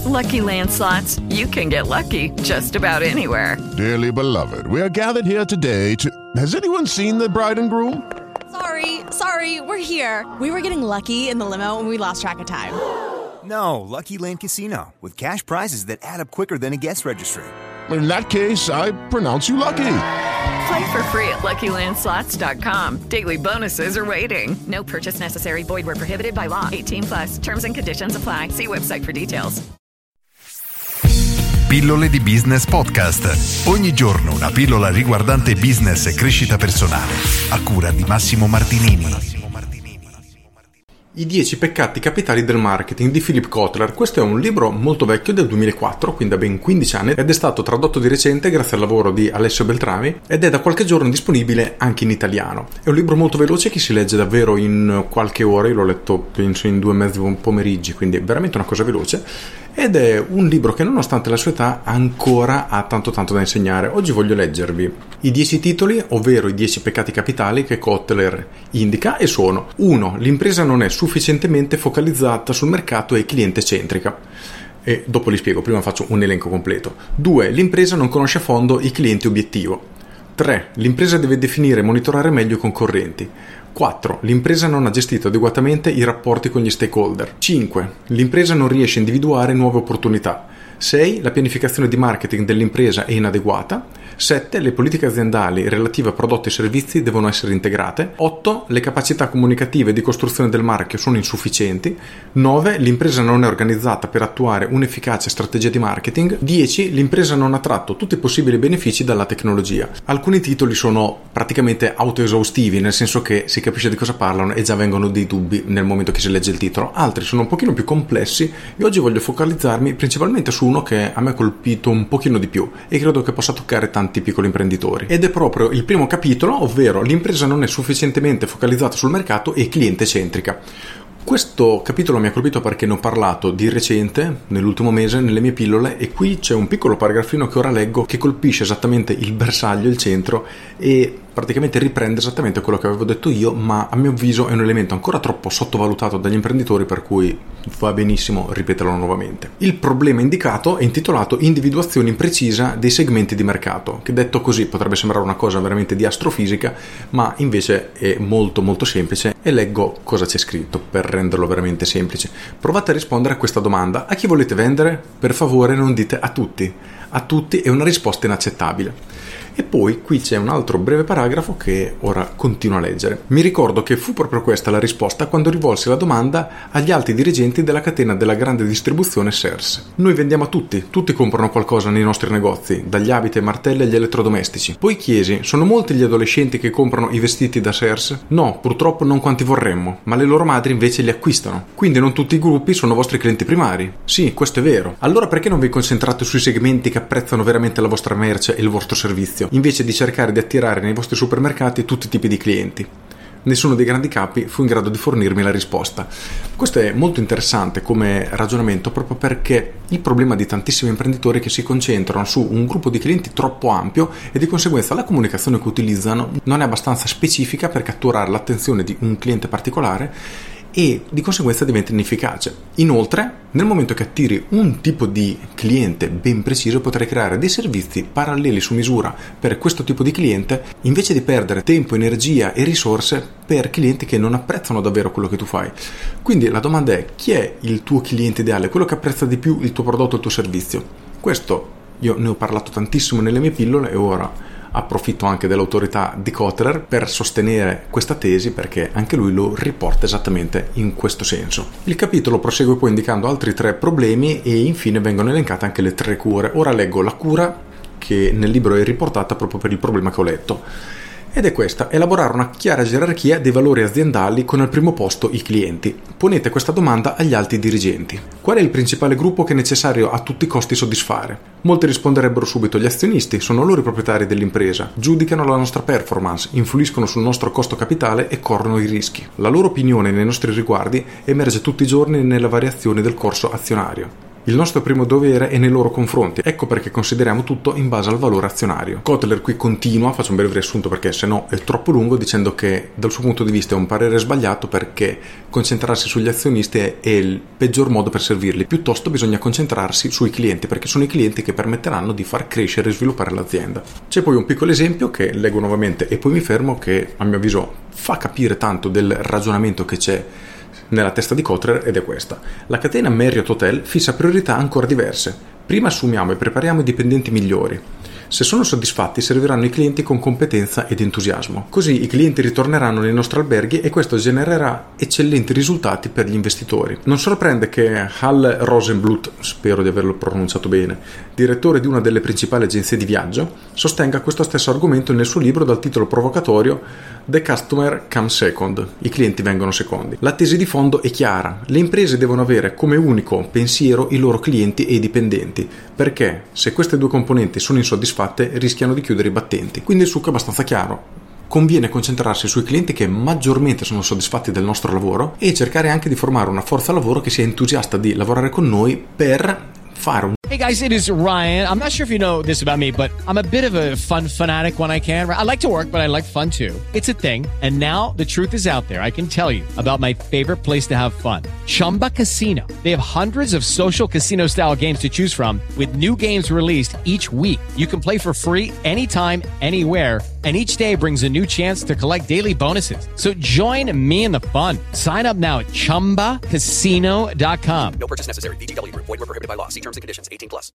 Lucky Land Slots, you can get lucky just about anywhere. Dearly beloved, we are gathered here today to... Has anyone seen the bride and groom? Sorry, we're here. We were getting lucky in the limo and we lost track of time. No, Lucky Land Casino, with cash prizes that add up quicker than a guest registry. In that case, I pronounce you lucky. Play for free at LuckyLandSlots.com. Daily bonuses are waiting. No purchase necessary. Void where prohibited by law. 18+. Terms and conditions apply. See website for details. Pillole di Business Podcast. Ogni giorno una pillola riguardante business e crescita personale. A cura di Massimo Martinini. I 10 peccati capitali del marketing di Philip Kotler. Questo è un libro molto vecchio, del 2004, quindi ha ben 15 anni, ed è stato tradotto di recente grazie al lavoro di Alessio Beltrami ed è da qualche giorno disponibile anche in italiano. È un libro molto veloce che si legge davvero in qualche ora. Io l'ho letto penso in 2 pomeriggi, quindi è veramente una cosa veloce. Ed è un libro che, nonostante la sua età, ancora ha tanto da insegnare. Oggi voglio leggervi i 10 titoli, ovvero i 10 peccati capitali che Kotler indica, e sono: 1. L'impresa non è sufficientemente focalizzata sul mercato e cliente centrica. E dopo li spiego, prima faccio un elenco completo. 2. L'impresa non conosce a fondo i clienti obiettivo. 3. L'impresa deve definire e monitorare meglio i concorrenti. 4. L'impresa non ha gestito adeguatamente i rapporti con gli stakeholder. 5. L'impresa non riesce a individuare nuove opportunità. 6. La pianificazione di marketing dell'impresa è inadeguata. 7. Le politiche aziendali relative a prodotti e servizi devono essere integrate. 8. Le capacità comunicative e di costruzione del marchio sono insufficienti. 9. L'impresa non è organizzata per attuare un'efficace strategia di marketing. 10. L'impresa non ha tratto tutti i possibili benefici dalla tecnologia. Alcuni titoli sono praticamente autoesaustivi, nel senso che si capisce di cosa parlano e già vengono dei dubbi nel momento che si legge il titolo. Altri sono un pochino più complessi e oggi voglio focalizzarmi principalmente su uno che a me ha colpito un pochino di più e credo che possa toccare tanti piccoli imprenditori, ed è proprio il primo capitolo, ovvero l'impresa non è sufficientemente focalizzata sul mercato e cliente centrica. Questo capitolo mi ha colpito perché ne ho parlato di recente, nell'ultimo mese, nelle mie pillole, e qui c'è un piccolo paragrafino che ora leggo che colpisce esattamente il bersaglio, il centro, e praticamente riprende esattamente quello che avevo detto io, ma a mio avviso è un elemento ancora troppo sottovalutato dagli imprenditori, per cui va benissimo ripeterlo nuovamente. Il problema indicato è intitolato Individuazione imprecisa dei segmenti di mercato, che detto così potrebbe sembrare una cosa veramente di astrofisica, ma invece è molto semplice, e leggo cosa c'è scritto per renderlo veramente semplice. Provate a rispondere a questa domanda: a chi volete vendere? Per favore non dite a tutti. A tutti è una risposta inaccettabile. E poi qui c'è un altro breve paragrafo che ora continuo a leggere. Mi ricordo che fu proprio questa la risposta quando rivolsi la domanda agli alti dirigenti della catena della grande distribuzione Sears. Noi vendiamo a tutti comprano qualcosa nei nostri negozi, dagli abiti ai martelli agli elettrodomestici. Poi chiesi: sono molti gli adolescenti che comprano i vestiti da Sears? No, purtroppo non quanti vorremmo, ma le loro madri invece li acquistano. Quindi non tutti i gruppi sono vostri clienti primari. Sì, questo è vero. Allora perché non vi concentrate sui segmenti che apprezzano veramente la vostra merce e il vostro servizio, invece di cercare di attirare nei vostri supermercati tutti i tipi di clienti? Nessuno dei grandi capi fu in grado di fornirmi la risposta. Questo è molto interessante come ragionamento, proprio perché il problema di tantissimi imprenditori è che si concentrano su un gruppo di clienti troppo ampio e di conseguenza la comunicazione che utilizzano non è abbastanza specifica per catturare l'attenzione di un cliente particolare e di conseguenza diventa inefficace. Inoltre, nel momento che attiri un tipo di cliente ben preciso, potrai creare dei servizi paralleli su misura per questo tipo di cliente, invece di perdere tempo, energia e risorse per clienti che non apprezzano davvero quello che tu fai. Quindi la domanda è: chi è il tuo cliente ideale, quello che apprezza di più il tuo prodotto o il tuo servizio? Questo io ne ho parlato tantissimo nelle mie pillole e ora approfitto anche dell'autorità di Kotler per sostenere questa tesi, perché anche lui lo riporta esattamente in questo senso. Il capitolo prosegue poi indicando altri 3 problemi e infine vengono elencate anche le 3 cure. Ora leggo la cura che nel libro è riportata proprio per il problema che ho letto. Ed è questa: elaborare una chiara gerarchia dei valori aziendali con al primo posto i clienti. Ponete questa domanda agli alti dirigenti: qual è il principale gruppo che è necessario a tutti i costi soddisfare? Molti risponderebbero subito: gli azionisti, sono loro i proprietari dell'impresa, giudicano la nostra performance, influiscono sul nostro costo capitale e corrono i rischi. La loro opinione nei nostri riguardi emerge tutti i giorni nelle variazioni del corso azionario. Il nostro primo dovere è nei loro confronti, ecco perché consideriamo tutto in base al valore azionario. Kotler qui continua, faccio un breve riassunto perché sennò è troppo lungo, dicendo che dal suo punto di vista è un parere sbagliato perché concentrarsi sugli azionisti è il peggior modo per servirli, piuttosto bisogna concentrarsi sui clienti perché sono i clienti che permetteranno di far crescere e sviluppare l'azienda. C'è poi un piccolo esempio che leggo nuovamente e poi mi fermo, che a mio avviso fa capire tanto del ragionamento che c'è nella testa di Kotler, ed è questa. La catena Marriott Hotel fissa priorità ancora diverse. Prima assumiamo e prepariamo i dipendenti migliori. Se sono soddisfatti serviranno i clienti con competenza ed entusiasmo. Così i clienti ritorneranno nei nostri alberghi e questo genererà eccellenti risultati per gli investitori. Non sorprende che Hal Rosenblut, spero di averlo pronunciato bene, direttore di una delle principali agenzie di viaggio, sostenga questo stesso argomento nel suo libro dal titolo provocatorio The Customer Comes Second. I clienti vengono secondi. La tesi di fondo è chiara. Le imprese devono avere come unico pensiero i loro clienti e i dipendenti, perché se queste due componenti sono insoddisfatte rischiano di chiudere i battenti. Quindi il succo è abbastanza chiaro. Conviene concentrarsi sui clienti che maggiormente sono soddisfatti del nostro lavoro e cercare anche di formare una forza lavoro che sia entusiasta di lavorare con noi per fare un... Hey guys, it is Ryan. I'm not sure if you know this about me, but I'm a bit of a fun fanatic when I can. I like to work, but I like fun too. It's a thing. And now the truth is out there. I can tell you about my favorite place to have fun. Chumba Casino. They have hundreds of social casino style games to choose from with new games released each week. You can play for free anytime, anywhere. And each day brings a new chance to collect daily bonuses. So join me in the fun. Sign up now at ChumbaCasino.com. No purchase necessary. VGW Group. Void where prohibited by law. See terms and conditions. 18+.